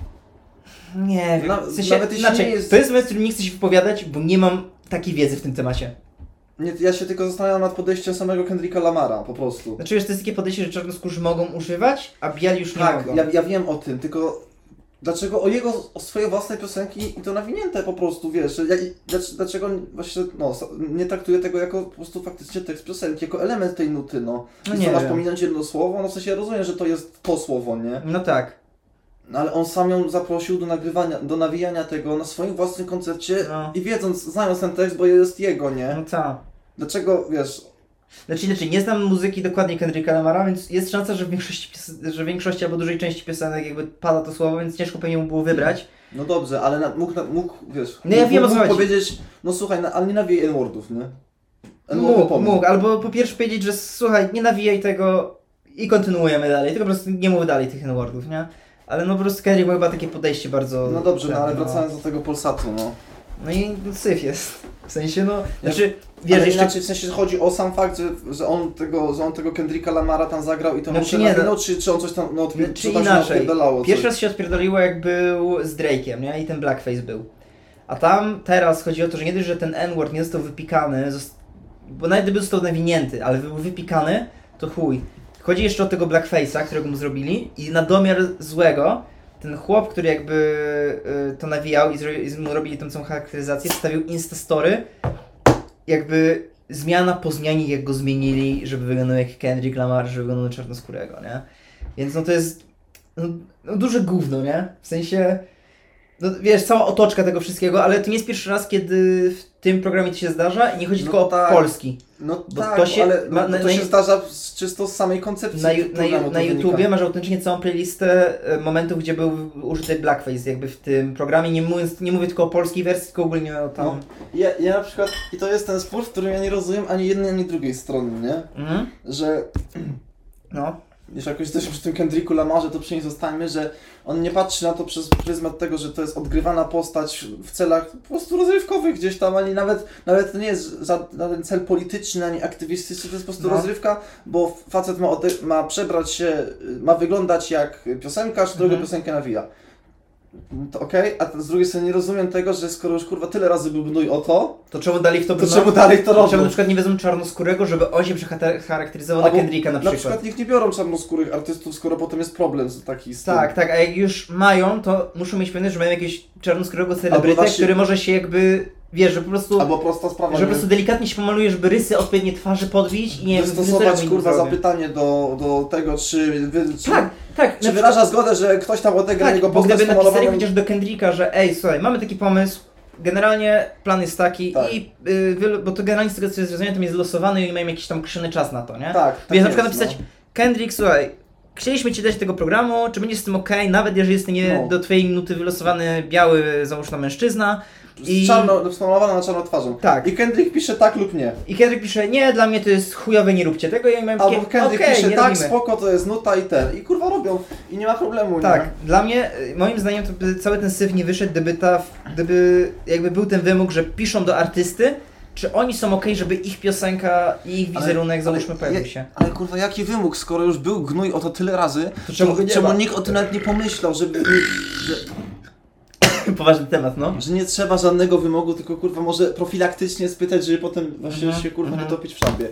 Nie wiem, Na, w sensie, nawet inaczej, nie jest... to jest moment, w którym nie chcę się wypowiadać, bo nie mam takiej wiedzy w tym temacie. Nie, ja się tylko zastanawiam nad podejściem samego Kendricka Lamara, po prostu. Znaczy, wiesz, to jest takie podejście, że czarnoskórzy mogą używać, a biali już nie tak, mogą. Ja, ja wiem o tym, tylko Dlaczego o jego, o swoje własne piosenki i to nawinięte po prostu, wiesz, ja, dlaczego właśnie, no, nie traktuje tego jako po prostu faktycznie tekst piosenki, jako element tej nuty, no. No I nie co, masz wiem. pominąć jedno słowo? No w sensie ja rozumiem, że to jest to słowo, nie? No tak. No ale on sam ją zaprosił do nagrywania, do nawijania tego na swoim własnym koncercie No. i wiedząc, znając ten tekst, bo jest jego, nie? No tak. Dlaczego, wiesz... Znaczy inaczej, nie znam muzyki dokładnie Kendricka Lamara, więc jest szansa, że w większości, pios- że w większości albo dużej części piosenek jakby pada to słowo, więc ciężko pewnie mu było wybrać. No dobrze, ale na, mógł, na, mógł, wiesz... No ja mógł, wiem, o co mógł chodzi. powiedzieć, no słuchaj, na, ale nie nawijaj N-wordów, nie? N-wordy Mógł, pomógł. mógł, albo po pierwsze powiedzieć, że słuchaj, nie nawijaj tego i kontynuujemy dalej, tylko po prostu nie mów dalej tych N-wordów, nie? Ale no po prostu Kendrick ma chyba takie podejście bardzo... No dobrze, no ale no. wracając do tego Polsatu, no. No i syf jest. W sensie no, znaczy, wiesz, Ale jeszcze... inaczej, w sensie chodzi o sam fakt, że, że, on tego, że on tego Kendricka Lamara tam zagrał i to Znaczy mu nie, nawinął, no- czy, czy on coś tam, no, odpi- Czy co tam się inaczej, odpierdalało, pierwszy coś. raz się odpierdoliło jak był z Drake'iem, nie? I ten blackface był. A tam teraz chodzi o to, że nie dość, że ten N-word nie został wypikany, zost- bo nawet gdyby został nawinięty, ale był wypikany, to chuj. Chodzi jeszcze o tego blackface'a, którego mu zrobili i na domiar złego ten chłop, który jakby y, to nawijał i, zro- i mu robili tą całą charakteryzację, wstawił instastory, jakby zmiana po zmianie, jak go zmienili, żeby wyglądał jak Kendrick Lamar, żeby wyglądał na czarnoskórego, nie? Więc no to jest no, no duże gówno, nie? W sensie, no wiesz, cała otoczka tego wszystkiego, ale to nie jest pierwszy raz, kiedy w tym programie to się zdarza i nie chodzi No tylko tak. o Polski. No bo tak, to się- ale ma- no, na- to na- się zdarza z, czysto z samej koncepcji Na, ju- na, programu ju- to na wynika. YouTubie masz autentycznie całą playlistę e, momentów, gdzie był użyty blackface jakby w tym programie, nie, mówiąc, nie mówię tylko o polskiej wersji, tylko ogólnie o tam... No. Ja, ja na przykład, i to jest ten spór, w którym ja nie rozumiem ani jednej, ani drugiej strony, nie? Mhm. Że No. już jakoś też przy tym Kendricku Lamarze to przy niej zostańmy, że on nie patrzy na to przez pryzmat tego, że to jest odgrywana postać w celach po prostu rozrywkowych gdzieś tam, ani nawet, nawet to nie jest żaden cel polityczny, ani aktywistyczny, to jest po prostu No. rozrywka, bo facet ma, ode- ma przebrać się, ma wyglądać jak piosenkarz, którego Mhm. piosenkę nawija. To okej, a z drugiej strony nie rozumiem tego, że skoro już kurwa tyle razy był gnój o to, To czemu dalej w to to brną? czemu dalej to robią? Czemu na przykład nie wezmą czarnoskórego, żeby on się przecharakteryzował na Albo Kendricka na Na przykład? przykład niech nie biorą czarnoskórych artystów, skoro potem jest problem z taki z tym. Tak, tak, a jak już mają, to muszą mieć pewność, że mają jakiegoś czarnoskórego celebrytę, właśnie- który może się jakby, wiesz, że po prostu, Albo prosta sprawa, że po nie prostu delikatnie się pomaluje, żeby rysy odpowiednie twarzy podbić i nie wiem, wystosować fryzjerem kurwa im zrobię. zapytanie do, do tego, czy, wy, czy, Tak, tak. czy na wyraża zgodę, że ktoś tam odegra Tak, jego bo postać gdyby napisali pomalowaną. chociaż do Kendricka, że ej, słuchaj, mamy taki pomysł, generalnie plan jest taki Tak. i, y, wylo- bo to generalnie z tego co jest zrozumiane, to jest losowany i oni mają jakiś tam określony czas na to, nie? Tak, tak Więc na jest, przykład napisać, Kendrick, słuchaj, chcieliśmy Ci dać tego programu, czy będziesz z tym okej, nawet jeżeli jest nie No. do Twojej minuty wylosowany biały, załóżmy mężczyzna. no. I, Z czarno, pomalowana na czarno twarzą. Tak. I Kendrick pisze tak lub nie. I Kendrick pisze, nie, dla mnie to jest chujowe, nie róbcie tego i ja miałem takie, Albo Kendrick okej, pisze nie tak, robimy. spoko, to jest nuta i ten. I kurwa robią. I nie ma problemu, Tak, nie? dla mnie, y, moim zdaniem to by cały ten syf nie wyszedł, gdyby ta, gdyby jakby był ten wymóg, że piszą do artysty, czy oni są okej, żeby ich piosenka i ich wizerunek, Ale- załóżmy, ale- pojawił się. Ale kurwa, jaki wymóg, skoro już był gnój o to tyle razy, To czemu go nie czemu ma? nikt o tym nawet nie pomyślał, żeby... Że, Poważny temat, no. że nie trzeba żadnego wymogu, tylko kurwa może profilaktycznie spytać, żeby potem właśnie Mhm, się kurwa mhm. nie topić w szambie.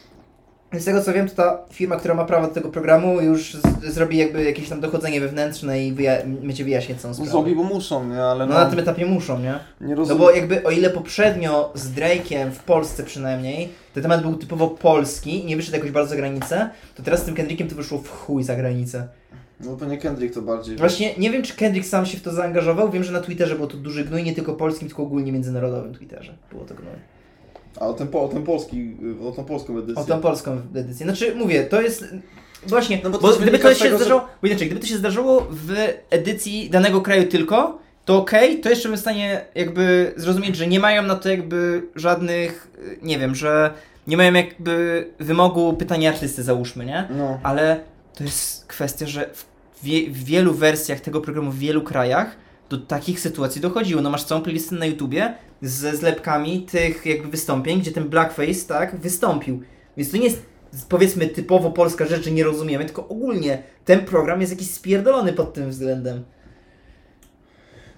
Z tego co wiem, to ta firma, która ma prawo do tego programu, już z- zrobi jakby jakieś tam dochodzenie wewnętrzne i wyja- będzie wyjaśniać całą sprawę. Zrobi, bo muszą, nie? Ale No no, na tym etapie muszą, nie? nie No rozumiem. bo jakby o ile poprzednio z Drake'iem w Polsce przynajmniej, ten temat był typowo polski i nie wyszedł jakoś bardzo za granicę, to teraz z tym Kendrickiem to wyszło w chuj za granicę. No to nie Kendrick to bardziej. Właśnie nie wiem, czy Kendrick sam się w to zaangażował, wiem, że na Twitterze było to duży gnój, nie tylko polskim, tylko ogólnie międzynarodowym Twitterze było to gnój. A o ten, po, o ten polski, o tą polską edycję. O tą polską edycję. Znaczy, mówię, to jest... Właśnie, No bo bo, to też gdyby wynika to z się tego, że- zdarzało... Bo inaczej, gdyby to się zdarzyło w edycji danego kraju tylko, to okej, to jeszcze bym w stanie jakby zrozumieć, że nie mają na to jakby żadnych, nie wiem, że nie mają jakby wymogu pytania artysty, załóżmy, nie? No. Ale to jest kwestia, że w, wie, w wielu wersjach tego programu, w wielu krajach do takich sytuacji dochodziło. No masz całą playlistę na YouTubie ze zlepkami tych jakby wystąpień, gdzie ten blackface, tak, wystąpił. Więc to nie jest, powiedzmy, typowo polska rzecz, że nie rozumiemy, tylko ogólnie ten program jest jakiś spierdolony pod tym względem.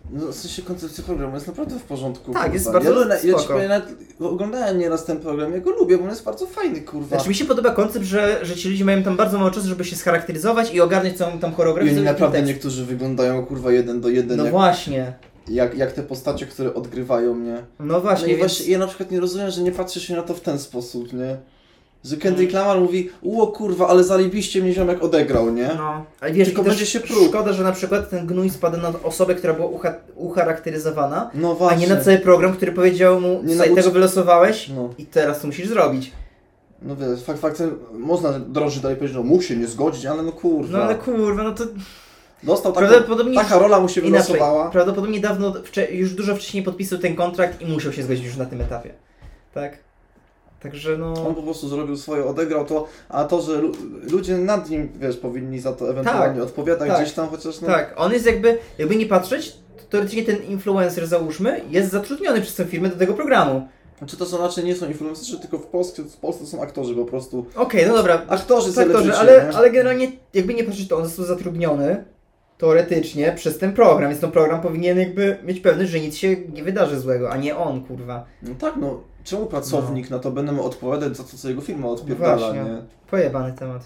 No w sensie koncepcja programu jest naprawdę w porządku. Tak, kurwa. jest bardzo ja, ja, ja ci spoko. powiem, nawet oglądałem nieraz ten program, ja go lubię, bo on jest bardzo fajny, kurwa. Znaczy mi się podoba koncept, że, że ci ludzie mają tam bardzo mało czasu, żeby się scharakteryzować i ogarnąć całą tam I choreografię. oni naprawdę tekst. niektórzy wyglądają kurwa jeden do jeden, No jak, właśnie, jak, jak te postacie, które odgrywają mnie. no właśnie, No i więc... właśnie ja na przykład nie rozumiem, że nie patrzy się na to w ten sposób, nie? Że Kendrick Lamar mówi, ło kurwa, ale zajebiście mnie ziomek odegrał, nie? No, ale wiesz, Tylko i też będzie się pruł. szkoda, że na przykład ten gnój spadł na osobę, która była ucha ucharakteryzowana, No a właśnie. nie na cały program, który powiedział mu, Nie słuchaj, nauczy- tego wylosowałeś No, i teraz to musisz zrobić. no wiesz, fakt faktem, można drążyć dalej powiedzieć, no mógł się nie zgodzić, ale no kurwa. No ale kurwa, no to Dostał taką, prawdopodobnie taka rola mu się inaczej, wylosowała. prawdopodobnie dawno, wcze- już dużo wcześniej podpisał ten kontrakt i musiał się zgodzić już na tym etapie. Tak? Także no... On po prostu zrobił swoje, odegrał to, a to, że lu ludzie nad nim, wiesz, powinni za to ewentualnie Tak, odpowiadać tak. gdzieś tam, chociaż no... Tak, on jest jakby, jakby nie patrzeć, to teoretycznie ten influencer, załóżmy, jest zatrudniony przez tę firmę do tego programu. Czy to są raczej nie są influencerzy, tylko w Polsce, w Polsce są aktorzy po prostu. Okej, no dobra, Aktorzy tak, celebryci, ale, nie? ale generalnie jakby nie patrzeć, to on został zatrudniony teoretycznie przez ten program, więc ten program powinien jakby mieć pewność, że nic się nie wydarzy złego, a nie on, kurwa. No tak, no. Czemu pracownik na to będę mu odpowiadać za to, co jego firma odpierdala, Właśnie. nie? Pojebany temat.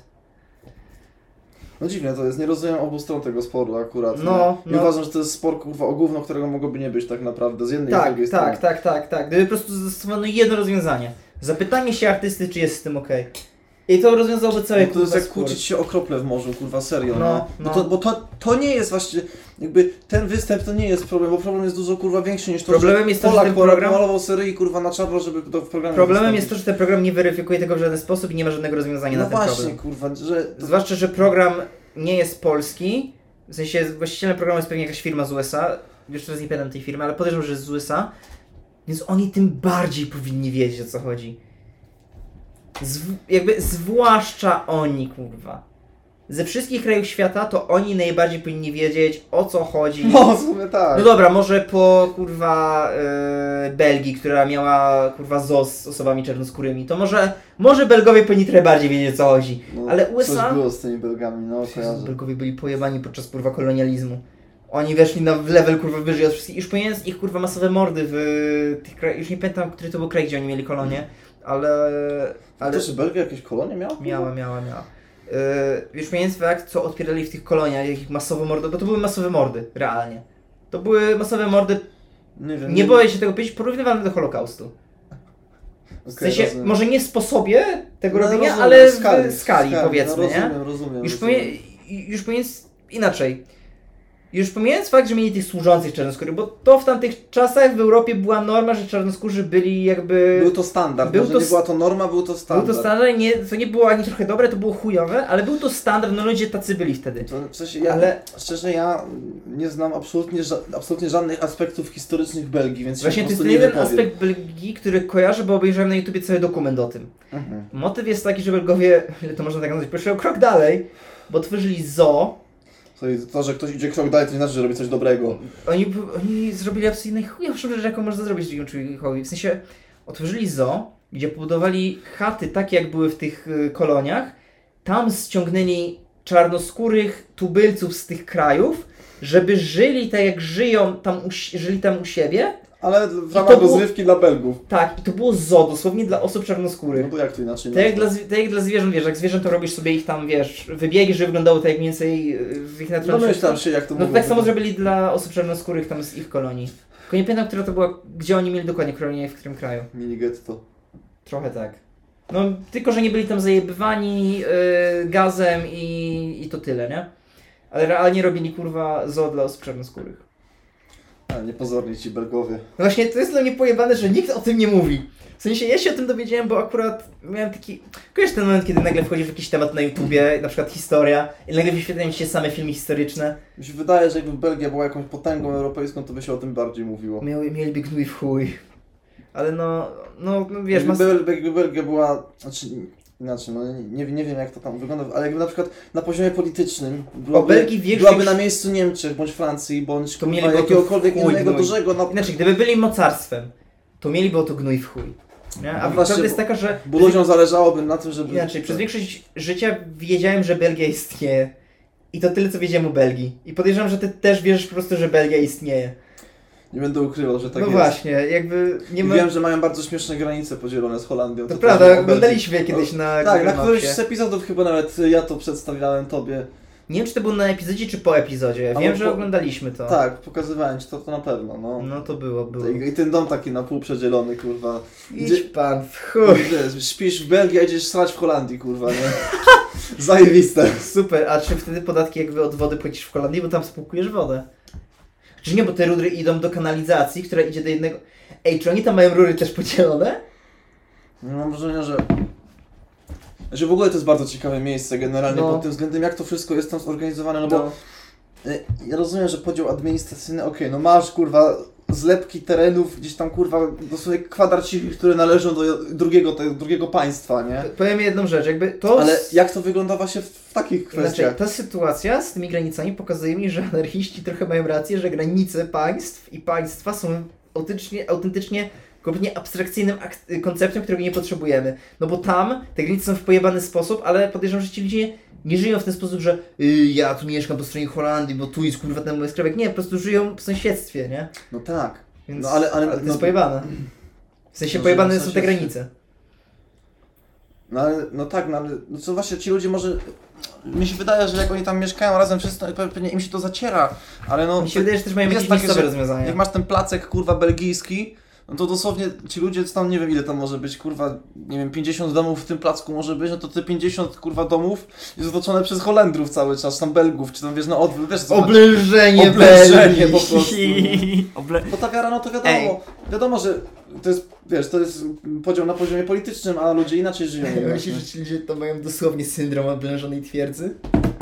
No dziwne to jest, nie rozumiem obu stron tego sporu akurat. No, nie? I no. uważam, że to jest spor kurwa o gówno, którego mogłoby nie być tak naprawdę, z jednej i z Tak, drugiej tak, strony. tak, tak, tak. Gdyby po prostu zastosowano jedno rozwiązanie. Zapytanie się artysty, czy jest z tym okej. I to rozwiązałoby cały No to jest kurwa jak spór. kłócić się o krople w morzu, kurwa, serio, No, no. no. Bo, to, bo to, to nie jest właśnie, jakby ten występ to nie jest problem, bo problem jest dużo kurwa większy niż to, Problemem że jest to, że Polak ten Polak program- malował seryjki kurwa na czarno, żeby to w programie Problemem jest to, wystąpić. że ten program nie weryfikuje tego w żaden sposób i nie ma żadnego rozwiązania No na ten właśnie, problem. kurwa, że... Zwłaszcza, że program nie jest polski, w sensie właścicielem programu jest pewnie jakaś firma z U S A, już teraz nie pamiętam tej firmy, ale podejrzewam, że jest z U S A, więc oni tym bardziej powinni wiedzieć, o co chodzi. Zw jakby zwłaszcza oni, kurwa. Ze wszystkich krajów świata to oni najbardziej powinni wiedzieć, o co chodzi. No, w sumie tak. No dobra, może po kurwa yy, Belgii, która miała kurwa Z O S z osobami czarnoskórymi, to może, może Belgowie powinni trochę bardziej wiedzieć, o co chodzi. No, Ale U S A... Coś było z tymi Belgami, no kojarzę. Belgowie byli pojebani podczas kurwa kolonializmu. Oni weszli na level kurwa wyżej od wszystkich. Już pomijając ich kurwa masowe mordy w tych krajach, już nie pamiętam, który to był kraj, gdzie oni mieli kolonie, ale... ale... To, że Belgia jakieś kolonie miała? Miała, miała, miała. Yy, już pomijając fakt, co odpierdali w tych koloniach, jakich masowo mordy, bo to były masowe mordy, realnie. To były masowe mordy, Nie wiem. nie boję się tego powiedzieć, porównywalne do Holokaustu. W Okej, sensie, rozumiem. może nie sposobie tego No, robienia, rozumiem, ale w skali, skali, skali, powiedzmy, no, rozumiem, nie? Rozumiem, Już, rozumiem. pomie już pomijając inaczej. Już pomijając fakt, że mieli tych służących czarnoskórych, bo to w tamtych czasach w Europie była norma, że czarnoskórzy byli jakby... Był to standard, był może to nie była to norma, był to standard. Był to standard, nie, to nie było ani trochę dobre, to było chujowe, ale był to standard, no ludzie tacy byli wtedy. To, w sensie ja, Ale- szczerze, ja nie znam absolutnie, ża absolutnie żadnych aspektów historycznych Belgii, więc Właśnie się to po jest prostu ten nie jeden wypowiem. aspekt Belgii, który kojarzę, bo obejrzałem na YouTubie cały dokument o tym. Mhm. Motyw jest taki, że Belgowie, ile to można tak nazwać, poszli o krok dalej, bo tworzyli zoo. Słuchaj, to, że ktoś idzie krok dalej, to nie znaczy, że robi coś dobrego. Oni, oni zrobili absolutnie najchujowszą rzecz, jaką można zrobić drugiemu człowiekowi. W sensie, otworzyli zoo, gdzie pobudowali chaty takie, jak były w tych y, koloniach. Tam ściągnęli czarnoskórych tubylców z tych krajów, żeby żyli tak, jak żyją tam, u, żyli tam u siebie. Ale w to ramach było- rozrywki dla Belgów. Tak, i to było zoo, dosłownie dla osób czarnoskórych. No bo jak to inaczej Tak jak, dla, nazwać? zwi- tak jak dla zwierząt, wiesz, jak zwierzęta robisz sobie ich tam, wiesz, wybiegi, żeby wyglądało tak jak mniej więcej y, w ich No naturalnym myślam świecie. się, jak to No to mówią. tak samo zrobili dla osób czarnoskórych tam z ich kolonii. Tylko nie pamiętam, która to była, gdzie oni mieli dokładnie kolonię i w którym kraju. Mini getto. Trochę tak. No, tylko że nie byli tam zajebywani yy, gazem i, i to tyle, nie? Ale realnie robili kurwa zoo dla osób czarnoskórych. A, niepozorni ci Belgowie. No właśnie, to jest dla mnie pojebane, że nikt o tym nie mówi. W sensie, ja się o tym dowiedziałem, bo akurat miałem taki... Kojarzysz ten moment, kiedy nagle wchodzisz w jakiś temat na YouTubie, na przykład historia, i nagle wyświetlają ci się same filmy historyczne. Mi się wydaje, że jakby Belgia była jakąś potęgą europejską, to by się o tym bardziej mówiło. Miały, mieliby gnój w chuj. Ale no, no, no wiesz, Jakby, mas... Bel, jakby Belgia była, znaczy inaczej, no nie, nie wiem jak to tam wygląda, ale jakby na przykład na poziomie politycznym byłaby, Belgii większość- byłaby na miejscu Niemczech, bądź Francji, bądź To kurwa, mieliby o to jakiegokolwiek w chuj innego gnój. dużego, no, Inaczej, gdyby byli mocarstwem, to mieliby o to gnój w chuj. Nie? A No no właśnie, prawda jest bo- taka, że... bo ludziom zależałoby na tym, żeby... Inaczej, przez większość życia wiedziałem, że Belgia istnieje. I to tyle, co wiedziałem o Belgii. I podejrzewam, że ty też wierzysz po prostu, że Belgia istnieje. Nie będę ukrywał, że tak no jest. No właśnie, jakby nie ma... Wiem, że mają bardzo śmieszne granice podzielone z Holandią. To, to prawda, oglądaliśmy kiedyś no, na tak, na którymś z epizodów chyba nawet ja to przedstawiałem tobie. Nie wiem, czy to było na epizodzie, czy po epizodzie. Wiem, że po... oglądaliśmy to. Tak, pokazywałem ci to, to na pewno. No, no to było, było. I, I ten dom taki na pół przedzielony, kurwa. Idź Gdzie... pan w chuj. Śpisz w Belgii, a idziesz srać w Holandii, kurwa, nie? Zajebiste. Super, a czy wtedy podatki jakby od wody płacisz w Holandii, bo tam spłukujesz wodę? Czy nie, bo te rury idą do kanalizacji, która idzie do jednego... Ej, czy oni tam mają rury też podzielone? No mam wrażenie, że... Że w ogóle to jest bardzo ciekawe miejsce generalnie no. pod tym względem, jak to wszystko jest tam zorganizowane, no bo no. ja rozumiem, że podział administracyjny, okej, okay, no masz kurwa zlepki terenów, gdzieś tam kurwa dosłownie kwadraciki, które należą do drugiego, tego, drugiego państwa, nie? Powiem jedną rzecz, jakby to... Ale jak to wygląda właśnie w, w takich kwestiach? Znaczy, ta sytuacja z tymi granicami pokazuje mi, że anarchiści trochę mają rację, że granice państw i państwa są autentycznie, autentycznie kompletnie abstrakcyjnym konceptem, którego nie potrzebujemy. No bo tam te granice są w pojebany sposób, ale podejrzewam, że ci ludzie nie żyją w ten sposób, że yy, ja tu mieszkam po stronie Holandii, bo tu jest kurwa ten mój skrawek. Nie, po prostu żyją w sąsiedztwie, nie? No tak. Więc, no ale, ale, ale to no, jest pojebane. W sensie no, pojebane są te granice. No ale, no tak, no ale no co właśnie ci ludzie może... Mi się wydaje, że jak oni tam mieszkają razem wszyscy, pewnie im się to zaciera, ale no... Mi się wydaje, że też mają jakieś miejscowe rozwiązania. Jak masz ten placek kurwa belgijski, no to dosłownie ci ludzie, tam nie wiem ile tam może być, kurwa, nie wiem, pięćdziesiąt domów w tym placku może być, no to te pięćdziesiąt kurwa domów jest otoczone przez Holendrów cały czas, tam Belgów, czy tam wiesz, no odwrót, wiesz co? Oblężenie Oblężenie po prostu. Oble... Bo ta wiara, no to wiadomo, Ej. wiadomo, że to jest, wiesz, to jest podział na poziomie politycznym, a ludzie inaczej żyją. Myślisz, że ci ludzie to mają dosłownie syndrom oblężonej twierdzy?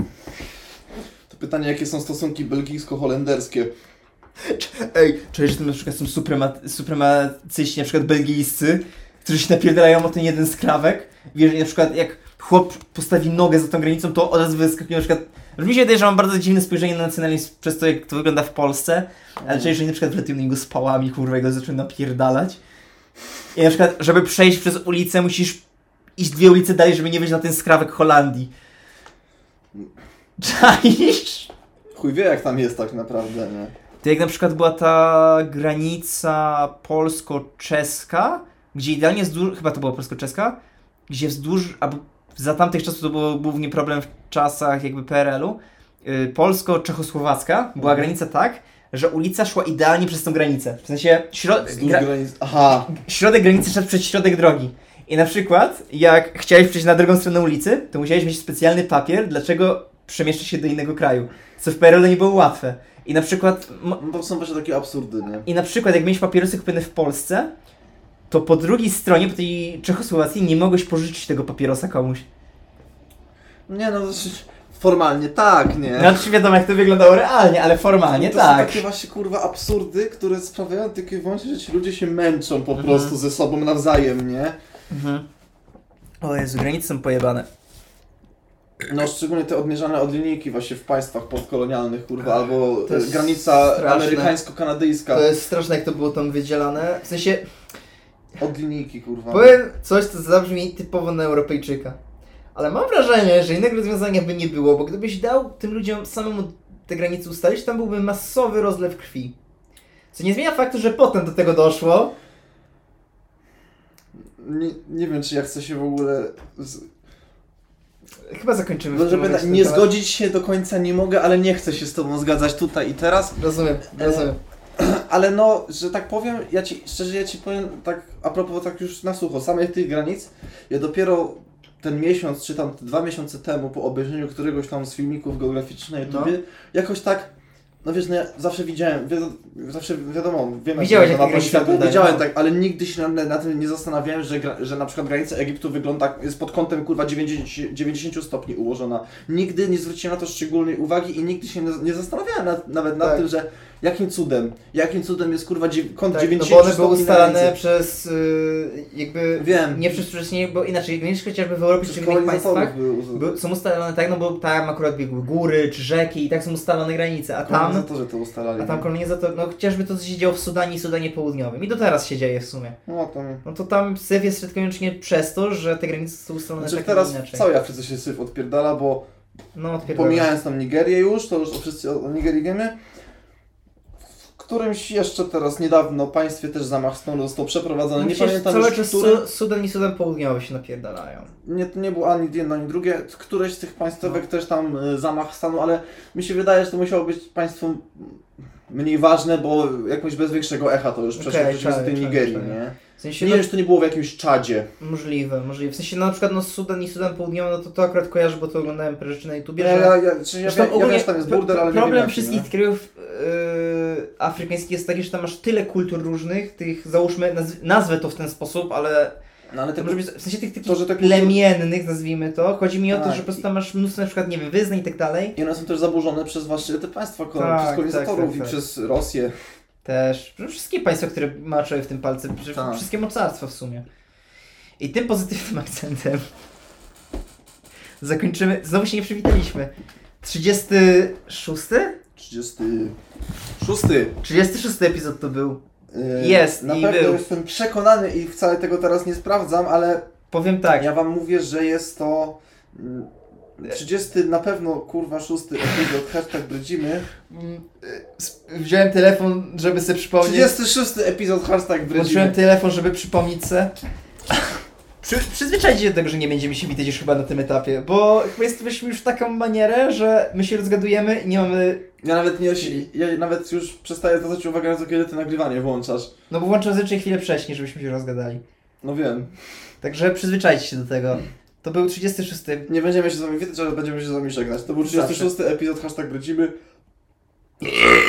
To pytanie, jakie są stosunki belgijsko-holenderskie? Ej, czujesz, że to na przykład są suprema- supremacyści, na przykład belgijscy, którzy się napierdalają o ten jeden skrawek. Wiesz, na przykład jak chłop postawi nogę za tą granicą, to od razu wyskakuje na przykład... Mi się wydaje, że mam bardzo dziwne spojrzenie na nacjonalizm przez to, jak to wygląda w Polsce, ale czujesz, że na przykład wletują na niego z pałami, kurwa, i go zaczynają napierdalać. I na przykład, żeby przejść przez ulicę, musisz iść dwie ulice dalej, żeby nie wejść na ten skrawek Holandii. Czaisz? Chuj wie, jak tam jest tak naprawdę, nie? To jak na przykład była ta granica polsko-czeska, gdzie idealnie wzdłuż, chyba to była polsko-czeska, gdzie wzdłuż, albo za tamtych czasów to był głównie problem w czasach jakby P R L-u, yy, polsko-czechosłowacka była mhm. granica tak, że ulica szła idealnie przez tą granicę. W sensie środ... gra... granic... Aha. środek granicy szedł przez środek drogi. I na przykład jak chciałeś przejść na drugą stronę ulicy, to musiałeś mieć specjalny papier, dlaczego przemieszczasz się do innego kraju. Co w P R L-u nie było łatwe. I na przykład... No to są właśnie takie absurdy, nie? I na przykład jak miałeś papierosy kupione w Polsce, to po drugiej stronie, po tej Czechosłowacji, nie mogłeś pożyczyć tego papierosa komuś. Nie no, formalnie tak, nie? Znaczy wiadomo jak to wyglądało realnie, ale formalnie to tak. To są takie właśnie kurwa absurdy, które sprawiają takie wyłącznie, że ci ludzie się męczą po mhm. prostu ze sobą nawzajem, nie? Mhm. O Jezu, granice są pojebane. No szczególnie te odmierzane od linijki właśnie w państwach postkolonialnych, kurwa, albo granica straszne. amerykańsko-kanadyjska. To jest straszne, jak to było tam wydzielane. W sensie... Od linijki, kurwa. Powiem coś, co zabrzmi typowo na Europejczyka. Ale mam wrażenie, że innego rozwiązania by nie było, bo gdybyś dał tym ludziom samemu te granice ustalić, tam byłby masowy rozlew krwi. Co nie zmienia faktu, że potem do tego doszło. Nie, nie wiem, czy ja chcę się w ogóle... Z... Chyba zakończymy. No, żeby na, nie zgodzić się do końca nie mogę, ale nie chcę się z tobą zgadzać tutaj i teraz. Rozumiem, rozumiem. Ale no, że tak powiem, ja ci, szczerze ja ci powiem tak a propos tak już na sucho, samych tych granic, ja dopiero ten miesiąc, czy tam dwa miesiące temu po obejrzeniu któregoś tam z filmików geograficznych na YouTubie, no. jakoś tak, no wiesz, no ja zawsze widziałem, wi zawsze wiadomo, wiem Widziałeś, jak jak granice światu, widziałem tak, ale nigdy się na, na tym nie zastanawiałem, że, że na przykład granica Egiptu wygląda, jest pod kątem kurwa dziewięćdziesiąt stopni ułożona. Nigdy nie zwróciłem na to szczególnej uwagi i nigdy się nie, nie zastanawiałem nad, nawet nad tak. tym, że jakim cudem, jakim cudem jest kurwa kąt tak, dziewięćdziesiąt no bo one były ustalane przez yy, jakby, wiem. nie przez wcześniej, bo inaczej, granice chociażby w Europie czy w innych państwach były, są ustalone tak, no bo tam akurat biegły góry czy rzeki i tak są ustalone granice, a tam, kolonizatorzy to ustalali, a tam kolonizatorzy, no chociażby to co się działo w Sudanie i Sudanie Południowym i do teraz się dzieje w sumie. No to, no to tam syf jest tylko koniecznie przez to, że te granice są ustalone znaczy, tak teraz inaczej. w całej Afryce się syf odpierdala, bo no, odpierdala. Pomijając tam Nigerię już, to już wszyscy o Nigerii wiemy. którymś jeszcze teraz niedawno państwie też zamach stanu został przeprowadzony. Nie pamiętam cały już, czas który... Su- Sudan i Sudan Południowy się napierdalają. Nie, to nie było ani jedno, ani drugie. Któreś z tych państwówek no. też tam y, zamach stanu, ale mi się wydaje, że to musiało być państwo mniej ważne, bo jakoś bez większego echa to już przeszło okay, przecież do tej Nigerii, tak. nie? W sensie, nie no, wiem, czy to nie było w jakimś Czadzie. Możliwe, możliwe. W sensie no, na przykład no, Sudan i Sudan Południowy, no to to akurat kojarzę, bo to oglądałem parę rzeczy na YouTubie, ja, że... Ja, ja, czy ja, ja, ja wiem, że tam jest burdel, ale problem nie wiem, wszystkich krajów yy, afrykańskich jest taki, że tam masz tyle kultur różnych, tych załóżmy, nazw- nazwę to w ten sposób, ale... No ale to może być, w sensie tych, tych to, że te plemiennych, nazwijmy to, chodzi mi o tak. to, że po prostu tam masz mnóstwo na przykład, nie wiem, wyznań i tak dalej. I one są też zaburzone przez właśnie te państwa, tak, przez kolonizatorów tak, tak, i tak. przez Rosję. Też, wszystkie państwa, które maczały w tym palce, tak. wszystkie mocarstwa w sumie. I tym pozytywnym akcentem zakończymy, znowu się nie przywitaliśmy. trzydziesty szósty? trzydziesty szósty. trzydziesty szósty epizod to był. Jest Na i pewno był. jestem przekonany i wcale tego teraz nie sprawdzam, ale powiem tak. Ja wam mówię, że jest to trzydziesty na pewno kurwa szósty epizod, hashtag Brydzimy. Wziąłem telefon, żeby sobie przypomnieć. trzydziesty szósty epizod, hashtag Brydzimy. Wziąłem telefon, żeby przypomnieć se. Przy, przyzwyczajcie się do tego, że nie będziemy się witać już chyba na tym etapie, bo chyba jesteśmy już w taką manierę, że my się rozgadujemy i nie mamy... Ja nawet nie osi... ja nawet już przestaję zwracać uwagę na to, kiedy ty nagrywanie włączasz. No bo włączam zazwyczaj chwilę wcześniej, żebyśmy się rozgadali. No wiem. Także przyzwyczajcie się do tego. To był trzydziesty szósty. Nie będziemy się z wami witać, ale będziemy się z wami żegnać. To był trzydziesty szósty epizod, hashtag Brydzimy.